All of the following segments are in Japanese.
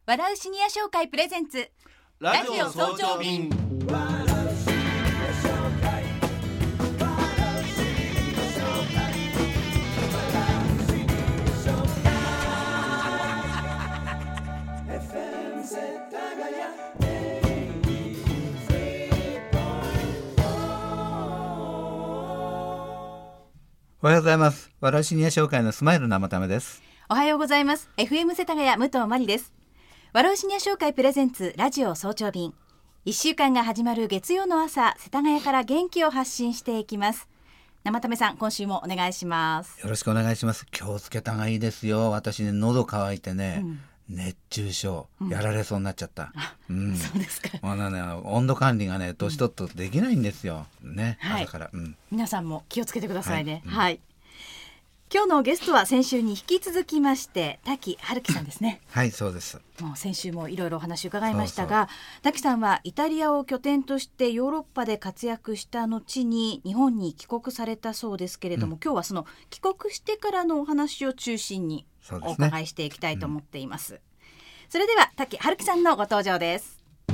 笑うシニア商会プレゼンツラジオ早朝便。 おはようございます。笑うシニア商会のスマイル生ためです。 おはようございます。 FM 世田谷武藤真理です。笑うシニア商会プレゼンツラジオ早朝便。1週間が始まる月曜の朝、世田谷から元気を発信していきます。生ためさん、今週もお願いします。 よろしくお願いします。気をつけたがいいですよ。私ね、喉乾いてね、熱中症やられそうになっちゃった、 そうですか。 温度管理がね、年取っとできないんですよ、ね、 はい、 朝から、 皆さんも気をつけてくださいね。 はい、 今日のゲストは先週に引き続きまして滝春樹さんですね。 はい、そうです。 もう先週もいろいろお話伺いましたが、滝さんはイタリアを拠点としてヨーロッパで活躍した後に日本に帰国されたそうですけれども、今日はその帰国してからのお話を中心にお伺いしていきたいと思っています。それでは滝春樹さんのご登場です。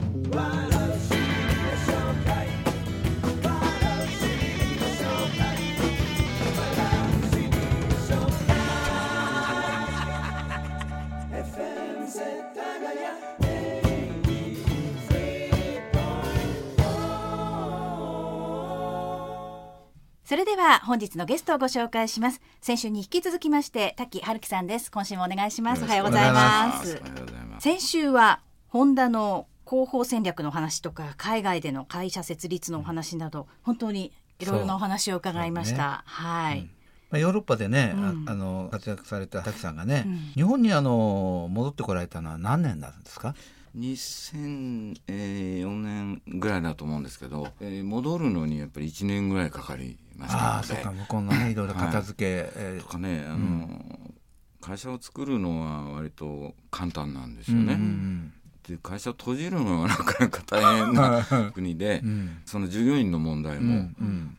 それでは本日のゲストをご紹介します。先週に引き続きまして滝春樹さんです。今週もお願いします。おはようございます。先週はホンダの広報戦略の話とか海外での会社設立のお話など、本当にいろいろなお話を伺いました。 ヨーロッパでね、活躍された滝さんがね、日本に戻ってこられたのは何年なんですか ？2004年ぐらいだと思うんですけど、戻るのにやっぱり1年ぐらいかかりましたので。 そうか、向こうのね、いろいろ片付け、 とかね、会社を作るのは割と簡単なんですよね。で、会社を閉じるのはなかなか大変な国で、その従業員の問題も、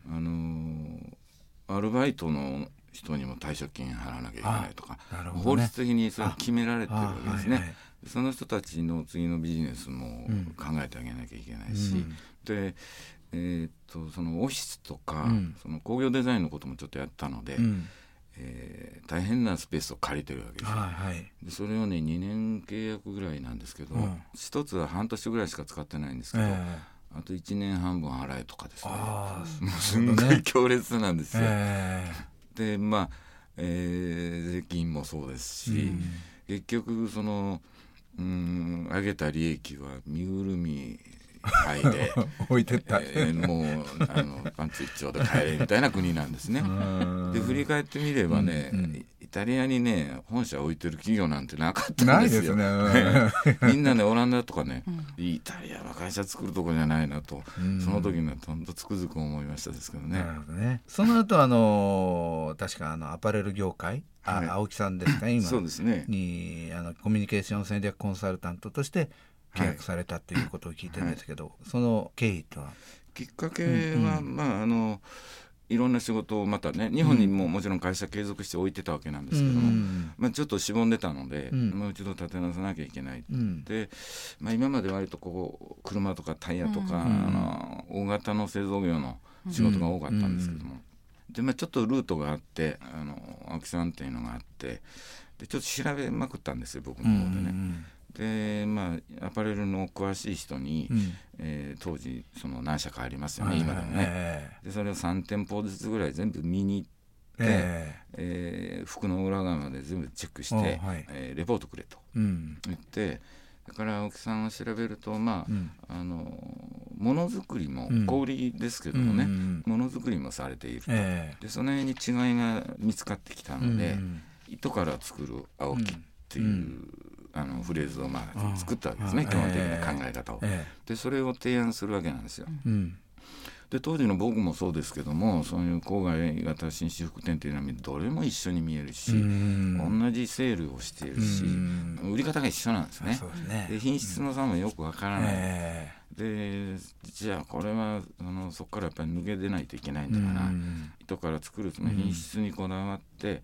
アルバイトの人にも退職金払わなきゃいけないとか、法律的にそれ決められてるわけですね。その人たちの次のビジネスも考えてあげなきゃいけないし、で、そのオフィスとか、その工業デザインのこともちょっとやったので、大変なスペースを借りてるわけですよ。でそれをね、2年契約ぐらいなんですけど、一つは半年ぐらいしか使ってないんですけど、あと1年半分払えとかですね、もうすんごい強烈なんですよ。で、税金もそうですし、結局その上げた利益は身ぐるみ剥いで置いてった、 もうパンツ一丁で帰れみたいな国なんですね。で振り返ってみればね、イタリアにね本社を置いてる企業なんてなかったんですよ。みんなね、オランダとかね、イタリアは会社作るとこじゃないなと、その時にはほんとつくづく思いましたですけどね。 なるほどね。その後確かアパレル業界、青木さんですか、今そうですね、 にコミュニケーション戦略コンサルタントとして契約されたということを聞いてるんですけど、その経緯とは？ きっかけは、いろんな仕事をまたね、日本にももちろん会社継続して置いてたわけなんですけども、ちょっとしぼんでたので、もう一度立て直さなきゃいけない、で、今まで割と車とかタイヤとか、大型の製造業の仕事が多かったんですけども、でちょっとルートがあって、青木さんっていうのがあって、でちょっと調べまくったんですよ、僕の方でね。でアパレルの詳しい人に、当時その何社かありますよね、今でもね。でそれを3店舗ずつぐらい全部見に行って、服の裏側まで全部チェックして、レポートくれと言って、だから青木さんを調べると、ものづくりも、小売りですけどもね、ものづくりもされていると、でその辺に違いが見つかってきたので、糸から作る青木っていうフレーズを作ったわけですね、基本的な考え方を。でそれを提案するわけなんですよ。で当時の僕もそうですけども、そういう郊外型紳士服店というのはどれも一緒に見えるし、同じセールをしているし、売り方が一緒なんですね。で品質の差もよくわからない、でじゃあこれはそこからやっぱり抜け出ないといけないんだから、糸から作るその品質にこだわって、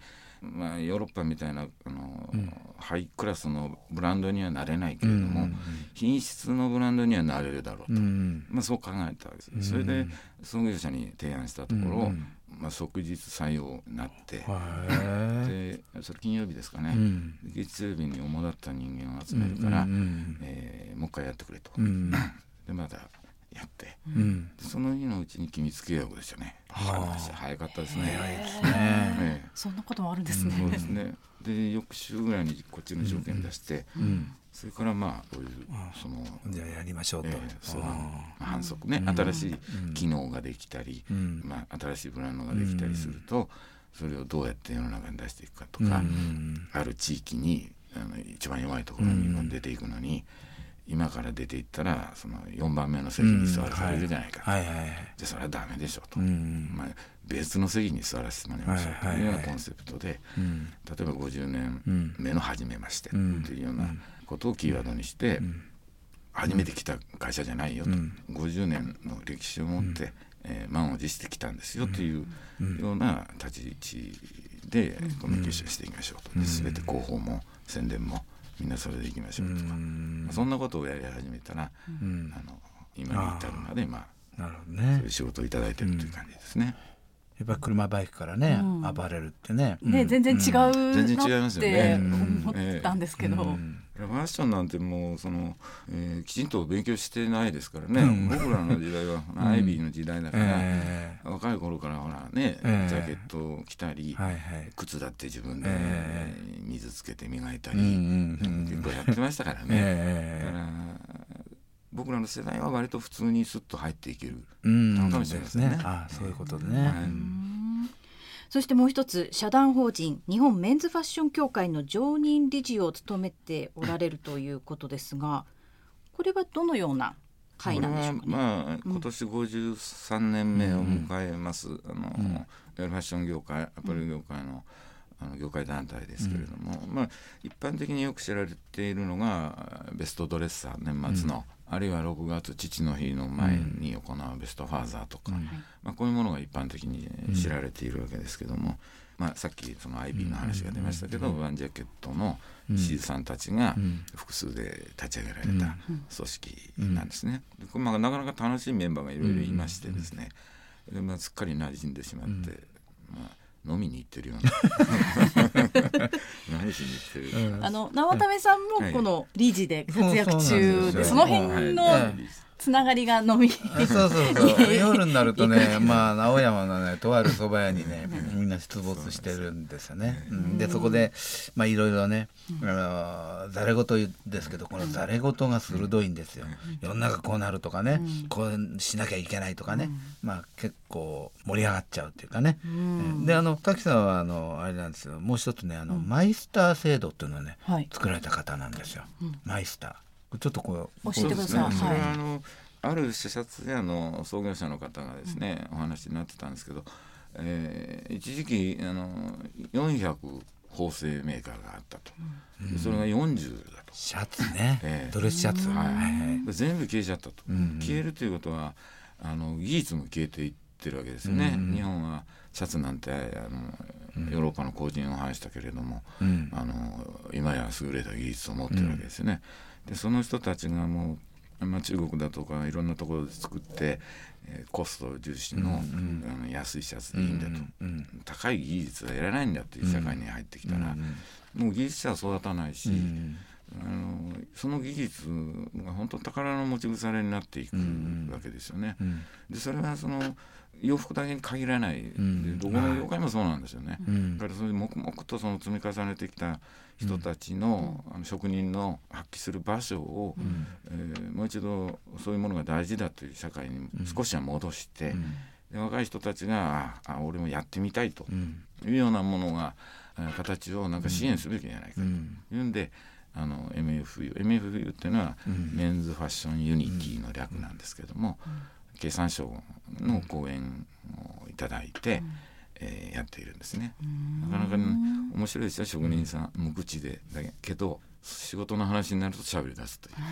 ヨーロッパみたいなハイクラスのブランドにはなれないけれども、品質のブランドにはなれるだろうと、そう考えたわけです。それで創業者に提案したところ、即日採用になって、でそれ金曜日ですかね、月曜日に主だった人間を集めるから、もう一回やってくれと、でまたやって、その日のうちに機密契約でしたね。話早かったですね。 早いですね。 そんなこともあるんですね。 そうですね。で翌週ぐらいにこっちの条件出して、それからこういうじゃあやりましょうと、 反則ね、新しい機能ができたり、新しいブランドができたりすると、それをどうやって世の中に出していくかとか、ある地域に一番弱いところに出ていくのに、今から出ていったらその4番目の席に座らされるじゃないか、でそれはダメでしょと、別の席に座らせてもらいましょうというようなコンセプトで、例えば50年目の初めましてというようなことをキーワードにして、初めて来た会社じゃないよと、50年の歴史を持って満を持してきたんですよというような立ち位置でコミュニケーションしていきましょうと、全て広報も宣伝もみんなそれでいきましょうとか、そんなことをやり始めたら、今に至るまでそういう仕事をいただいているという感じですね。 やっぱり車バイクからね、暴れるってね、 全然違うなって思ったんですけど、 ファッションなんてもうきちんと勉強してないですからね、僕らの時代はアイビーの時代だから、若い頃からほらね、ジャケットを着たり、靴だって自分で水つけて磨いたり、結構やってましたからね。だから僕らの世代は割と普通にスッと入っていけるのかもしれませんね。 そういうことでね。 そしてもう一つ、社団法人日本メンズファッション協会の常任理事を務めておられるということですが、これはどのような会なんでしょうかね。 今年53年目を迎えます、ファッション業界、アパレル業界の業界団体ですけれども、一般的によく知られているのがベストドレッサー、年末の、あるいは6月父の日の前に行うベストファーザーとか、こういうものが一般的に知られているわけですけども、さっきその IB の話が出ましたけど、ワンジャケットのシーさんたちが複数で立ち上げられた組織なんですね。でなかなか楽しいメンバーがいろいろいましてですね、ですっかり馴染んでしまって、飲みに行ってるような何しに行ってる、 生為さんもこの理事で活躍中で、その辺のつながりが飲み夜になるとね、青山のねとある蕎麦屋にねみんな出没してるんですよね。でそこでいろいろね、ざれ言ですけど、このざれ言が鋭いんですよ。世の中こうなるとかね、こうしなきゃいけないとかね、結構盛り上がっちゃうっていうかね。で滝さんはあれなんですよ、もう一つねマイスター制度っていうのをね作られた方なんですよ。マイスターちょっと教えてください。 それはあるシャツ屋の創業者の方がですね、お話になってたんですけど、一時期400縫製メーカーがあったと、それが40だと。 シャツね、ドレスシャツ、 全部消えちゃったと。消えるということは技術も消えていってるわけですよね。日本はシャツなんてヨーロッパの後塵を拝したけれども、今や優れた技術を持ってるわけですよね。でその人たちがもう、中国だとかいろんなところで作って、コスト重視の、安いシャツでいいんだと、高い技術はいらないんだという社会に入ってきたら、もう技術者は育たないし、その技術が本当宝の持ち腐れになっていくわけですよね。でそれは洋服だけに限らない、どこの業界もそうなんですよね。だからそれで黙々と積み重ねてきた人たちの、職人の発揮する場所を、もう一度そういうものが大事だという社会に少しは戻して、で若い人たちが俺もやってみたいというようなものが、形をなんか支援すべきじゃないかというんで、MFU っていうのは、メンズファッションユニティの略なんですけども、経産省の講演をいただいて、やっているんですね。なかなか面白いですよ。職人さん無口でだけど仕事の話になると喋り出すという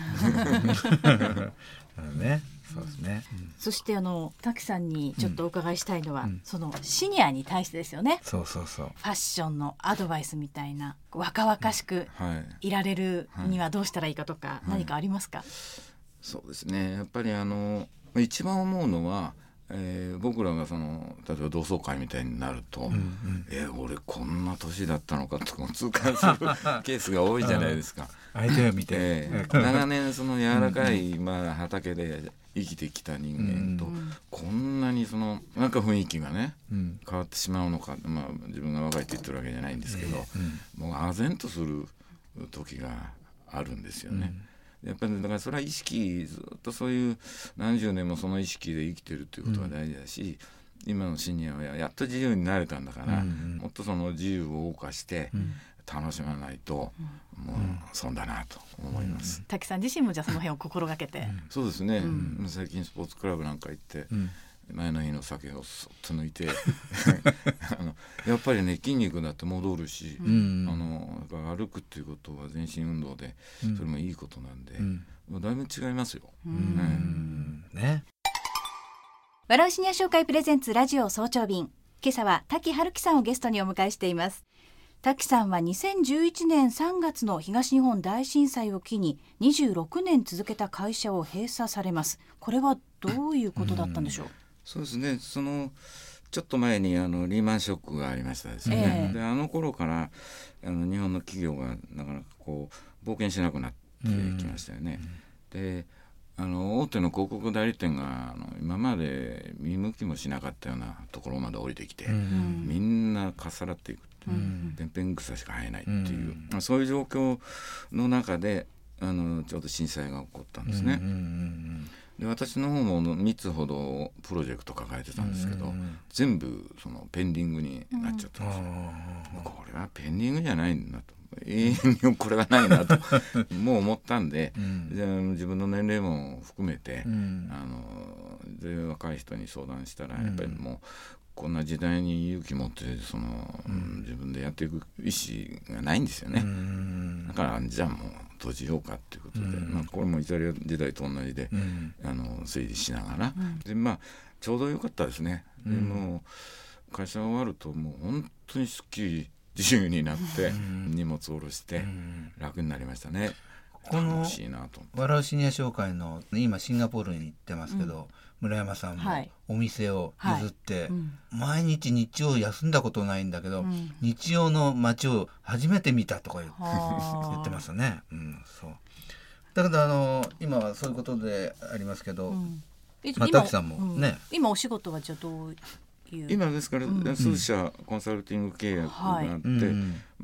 ね、そうですね。 そして滝さんにちょっとお伺いしたいのは、そのシニアに対してですよね。 そうそうそう。 ファッションのアドバイスみたいな、若々しくいられるにはどうしたらいいかとか、何かありますか？ そうですね、やっぱり一番思うのは、僕らが例えば同窓会みたいになると、俺こんな年だったのかと痛感するケースが多いじゃないですか。 相手を見て、 長年その柔らかい、畑で生きてきた人間と、こんなになんか雰囲気がね、変わってしまうのか、自分が若いって言ってるわけじゃないんですけど、もう唖然とする時があるんですよね。やっぱりだからそれは意識、ずっとそういう何十年もその意識で生きてるということが大事だし、今のシニアはやっと自由になれたんだから、もっとその自由を謳歌して楽しまないと、もう損だなと思います。 滝さん自身もじゃあその辺を心がけて、 そうですね、最近スポーツクラブなんか行って、前の日の酒をそっと抜いてやっぱりね、筋肉だって戻るし、歩くっていうことは全身運動で、それもいいことなんで、だいぶ違いますよ。 ね。 笑うシニア紹介プレゼンツラジオ早朝便、今朝は滝春樹さんをゲストにお迎えしています。滝さんは2011年3月の東日本大震災を機に26年続けた会社を閉鎖されます。これはどういうことだったんでしょう？ そうですね、ちょっと前にリーマンショックがありましたですね。で頃から日本の企業がなかなか冒険しなくなってきましたよね。で大手の広告代理店が今まで見向きもしなかったようなところまで降りてきて、みんなかっさらっていくっていう、でんぺん草しか生えないっていう、そういう状況の中でちょうど震災が起こったんですね。で私の方も3つほどプロジェクト抱えてたんですけど、全部ペンディングになっちゃったんですよ。これはペンディングじゃないんだと、永遠にこれはないなともう思ったんで、自分の年齢も含めて、で若い人に相談したら、やっぱりもうこんな時代に勇気持って自分でやっていく意思がないんですよね。だからじゃあもう閉じようかっていうことで、これもイタリア時代と同じで、整理しながら、でちょうどよかったですね。でもう会社終わるともう本当にすっきり自由になって、荷物を下ろして楽になりましたね。楽しいなと。 笑うシニア紹介の今シンガポールに行ってますけど、村山さんもお店を譲って、毎日日曜休んだことないんだけど、日曜の街を初めて見たとか言ってますね。そうだけど今はそういうことでありますけど、滝さんもね、 今お仕事はじゃあどういう？ 今ですから数社コンサルティング契約があって、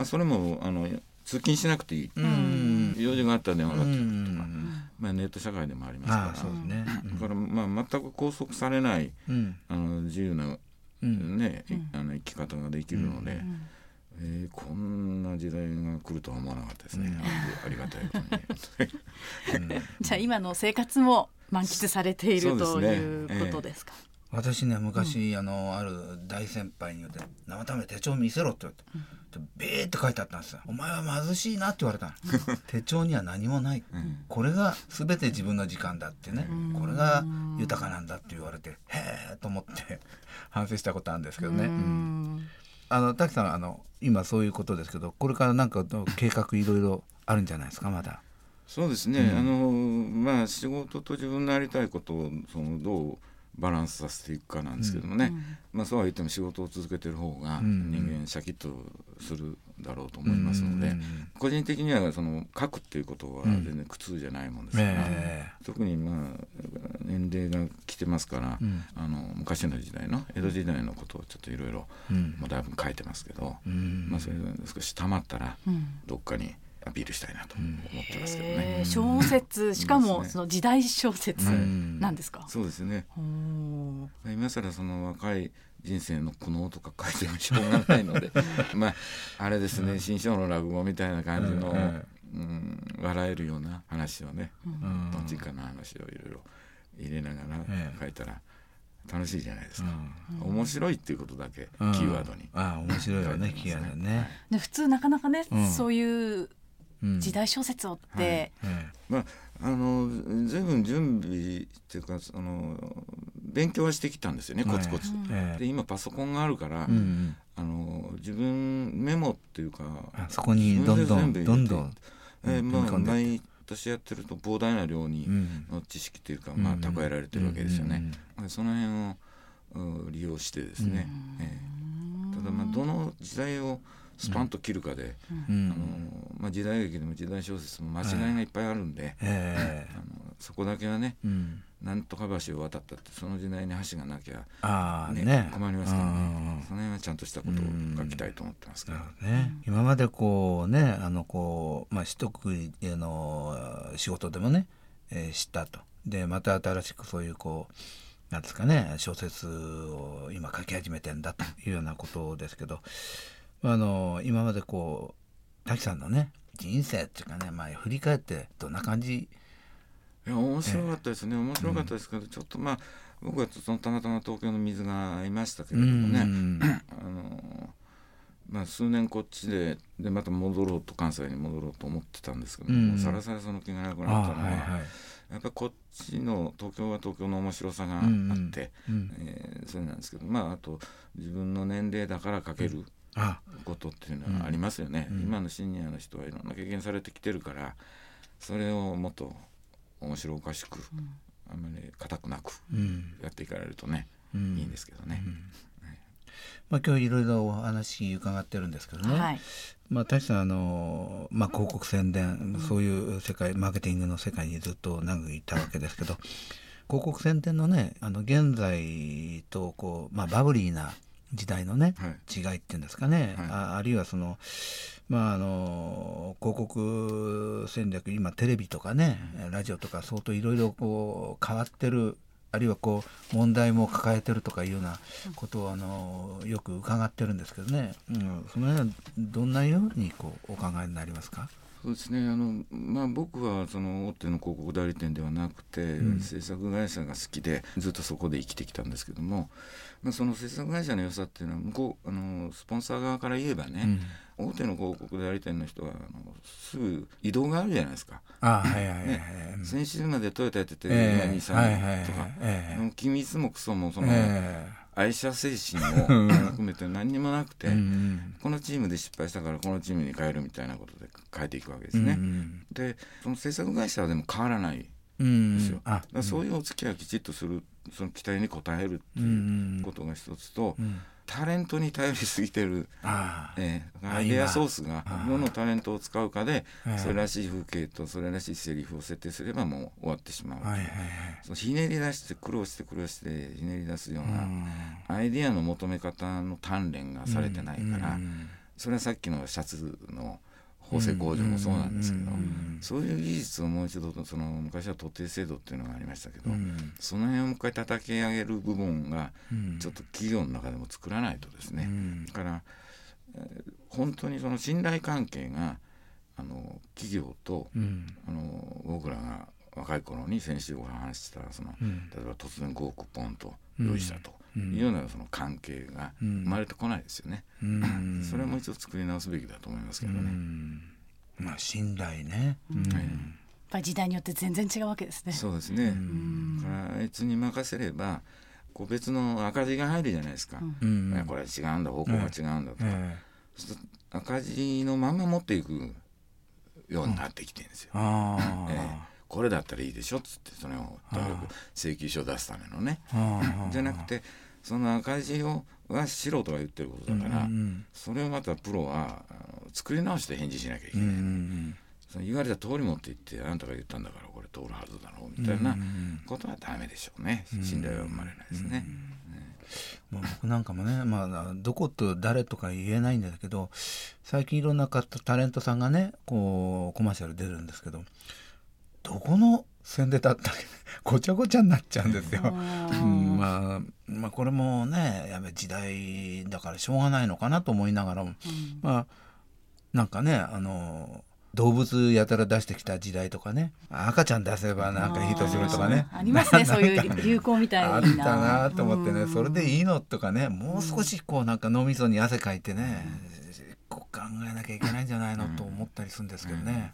それも通勤しなくていい、用事があったら電話があったりとか、ネット社会でもありますから、だから全く拘束されない、自由な、生き方ができるので、こんな時代が来るとは思わなかったですね。ありがたいことにじゃあ今の生活も満喫されているということですか？ 私ね、昔ある大先輩に言って、生ため手帳見せろって言われて、ビーって書いてあったんですよ。お前は貧しいなって言われたの。手帳には何もない、これが全て自分の時間だってね、これが豊かなんだって言われて、へーと思って反省したことあるんですけどね。滝さん今そういうことですけど、これからなんか計画いろいろあるんじゃないですか？まだ。 そうですね、仕事と自分のやりたいことをどうバランスさせていくかなんですけどもね、そうは言っても仕事を続けてる方が人間シャキッとするだろうと思いますので、個人的には書くっていうことは全然苦痛じゃないもんですから、特に年齢が来てますから、昔の時代の江戸時代のことをちょっといろいろだいぶ書いてますけど、それが少し溜まったらどっかにアピールしたいなと思ってますけどね。 小説、しかもその時代小説なんですか？ そうですね。今更若い人生の苦悩とか書いてもしょうがないのであれですね、新章の落語みたいな感じの、笑えるような話をね、とんちんかな話をいろいろ入れながら書いたら楽しいじゃないですか。面白いっていうことだけキーワードに。 面白いよね、キーワードね。 普通なかなかね、そういう時代小説をって、 まあ随分準備っていうか勉強はしてきたんですよね、コツコツ、で今パソコンがあるから、自分メモっていうかそこにどんどん毎年やってると膨大な量の知識というか、蓄えられてるわけですよね、その辺を利用してですね、ただどの時代をスパンと切るかで、時代劇でも時代小説も間違いがいっぱいあるんで、そこだけはね、なんとか橋を渡ったってその時代に橋がなきゃ、困りますからね、その辺はちゃんとしたことを書きたいと思ってますから、 今までこうね一区切りの仕事でもね、知ったと。でまた新しくそういうなんですかね、小説を今書き始めてんだというようなことですけど、今まで滝さんのね人生っていうかね、振り返ってどんな感じ？ いや面白かったですね、面白かったですけど、ちょっと僕はたまたま東京の水が合いましたけれどもね、数年こっちでまた関西に戻ろうと思ってたんですけども、さらさらその気がなくなったのは、やっぱりこっちの東京は東京の面白さがあって、それなんですけど、あと自分の年齢だから書けることっていうのはありますよね、今のシニアの人はいろんな経験されてきてるから、それをもっと面白おかしく、あんまり固くなくやっていかれるとね、いいんですけどね、 今日いろいろお話伺ってるんですけどね、滝さん広告宣伝、そういう世界、マーケティングの世界にずっと長くいたわけですけど、広告宣伝のね現在とバブリーな時代のね、違いっていうんですかね、あるいは広告戦略、今テレビとかね、ラジオとか相当いろいろ変わってる、あるいは問題も抱えてるとかいうようなことをよく伺ってるんですけどね、その辺はどんなようにお考えになりますか？ そうですね、僕はその大手の広告代理店ではなくて、制作会社が好きでずっとそこで生きてきたんですけども、その制作会社の良さっていうのはスポンサー側から言えばね、大手の広告代理店の人はすぐ移動があるじゃないですか。先週までトヨタやってて今日産とか、機密もクソも愛社精神も含めて何にもなくて、このチームで失敗したからこのチームに変えるみたいなことで変えていくわけですね。でその制作会社はでも変わらないんですよ。そういうお付き合いをきちっとする、その期待に応えるっていうことが一つと、タレントに頼りすぎてる、アイデアソースがどのタレントを使うかで、それらしい風景とそれらしいセリフを設定すればもう終わってしまう、そのひねり出して苦労してひねり出すようなアイデアの求め方の鍛錬がされてないから、それはさっきのシャツの縫製工場もそうなんですけど、そういう技術をもう一度昔は徒弟制度っていうのがありましたけど、その辺をもう一回叩き上げる部分がちょっと企業の中でも作らないとですね、だから本当にその信頼関係が企業と、僕らが若い頃に先週お話しした例えば突然5億ポンと用意したというようなその関係が生まれてこないですよね。それはもう一度作り直すべきだと思いますけどね。 信頼ね、 やっぱり時代によって全然違うわけですね。 そうですね。だからあいつに任せれば別の赤字が入るじゃないですか。これは違うんだ、方向が違うんだとか、赤字のまま持っていくようになってきてるんですよ。これだったらいいでしょっつって、それをとにかく請求書を出すためのね、じゃなくてその赤字は素人が言ってることだから、それをまたプロは作り直して返事しなきゃいけない、その言われた通り持っていって、あんたが言ったんだからこれ通るはずだろうみたいなことはダメでしょうね。信頼は生まれないですね。 僕なんかもね、どこと誰とか言えないんだけど、最近いろんなタレントさんがねコマーシャル出るんですけど、どこの宣伝だったっけごちゃごちゃになっちゃうんですよ。これもねやっぱり時代だからしょうがないのかなと思いながらも、なんかね動物やたら出してきた時代とかね、赤ちゃん出せばなんかヒットするとかね、 ありますねそういう流行みたいなあったなと思ってね、それでいいのとかね、もう少しなんか脳みそに汗かいてね、 考えなきゃいけないんじゃないのと思ったりするんですけどね。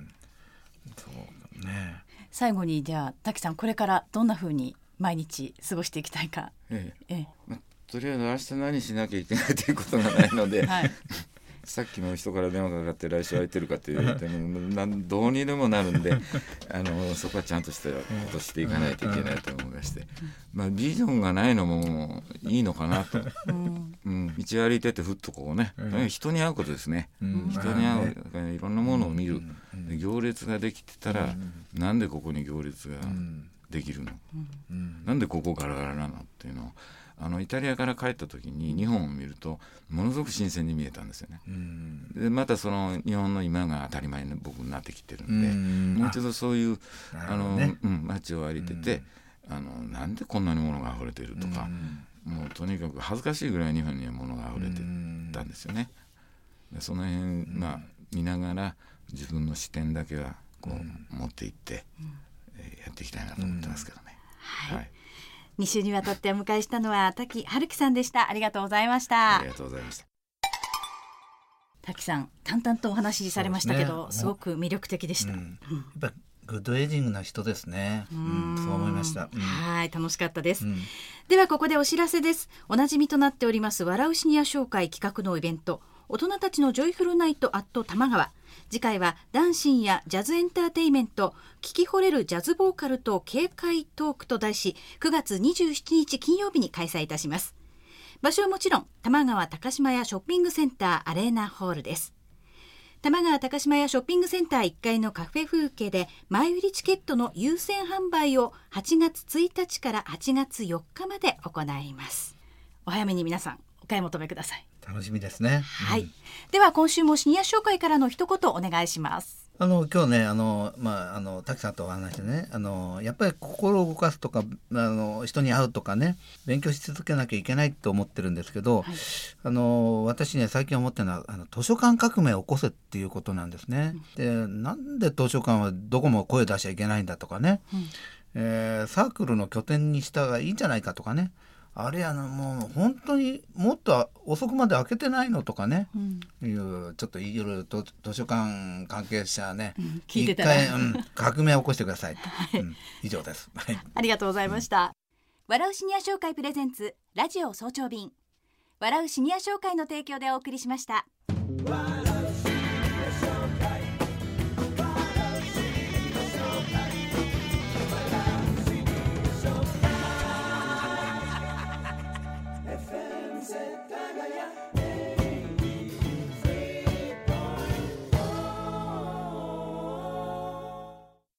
そうね。 最後にじゃあ滝さん、これからどんな風に毎日過ごしていきたいか。 とりあえず明日何しなきゃいけないということがないので、 はい、 さっきの人から電話がかかって来週空いてるかって言ってもどうにでもなるんでそこはちゃんとしたことしていかないといけないと思いまして、ビジョンがないのもいいのかなと、道歩いててふっとこうね、人に会うことですね、人に会う、いろんなものを見る、行列ができてたら、なんでここに行列ができるの、なんでここガラガラなのっていうのをイタリアから帰った時に日本を見るとものすごく新鮮に見えたんですよね。でまたその日本の今が当たり前の僕になってきてるんで、もう一度そういう街を歩いてて、なんでこんなに物が溢れてるとか、もうとにかく恥ずかしいぐらい日本には物が溢れてたんですよね。でその辺、見ながら自分の視点だけはこう持っていって、やっていきたいなと思ってますけどね。はい、 2週にわたってお迎えしたのは滝春樹さんでした。ありがとうございました。 ありがとうございました。 滝さん、淡々とお話しされましたけど、すごく魅力的でした。 やっぱグッドエイジングな人ですね。そう思いました。 はい、楽しかったです。ではここでお知らせです。おなじみとなっております笑うシニア紹介企画のイベント、大人たちのジョイフルナイトアット玉川。次回はダンシンやジャズエンターテインメント、聞き惚れるジャズボーカルと軽快トークと題し、9月27日金曜日に開催いたします。場所はもちろん玉川高島屋ショッピングセンターアレーナホールです。玉川高島屋ショッピングセンター1階のカフェ風景で前売りチケットの優先販売を8月1日から8月4日まで行います。お早めに皆さんお買い求めください。 楽しみですね。 はい、では今週もシニア紹介からの一言お願いします。 今日ね滝さんとお話でね、やっぱり心を動かすとか人に会うとかね、勉強し続けなきゃいけないと思ってるんですけど、私ね最近思ってるのは図書館革命を起こせっていうことなんですね。でなんで図書館はどこも声出しちゃいけないんだとかね、サークルの拠点にしたらいいんじゃないかとかね、あれもう本当にもっと遅くまで開けてないのとかね、いうちょっといろいろと図書館関係者ね、 聞いてたら一回、革命を起こしてくださいと、以上です。 ありがとうございました。笑うシニア紹介プレゼンツラジオ早朝便、笑うシニア紹介の提供でお送りしました。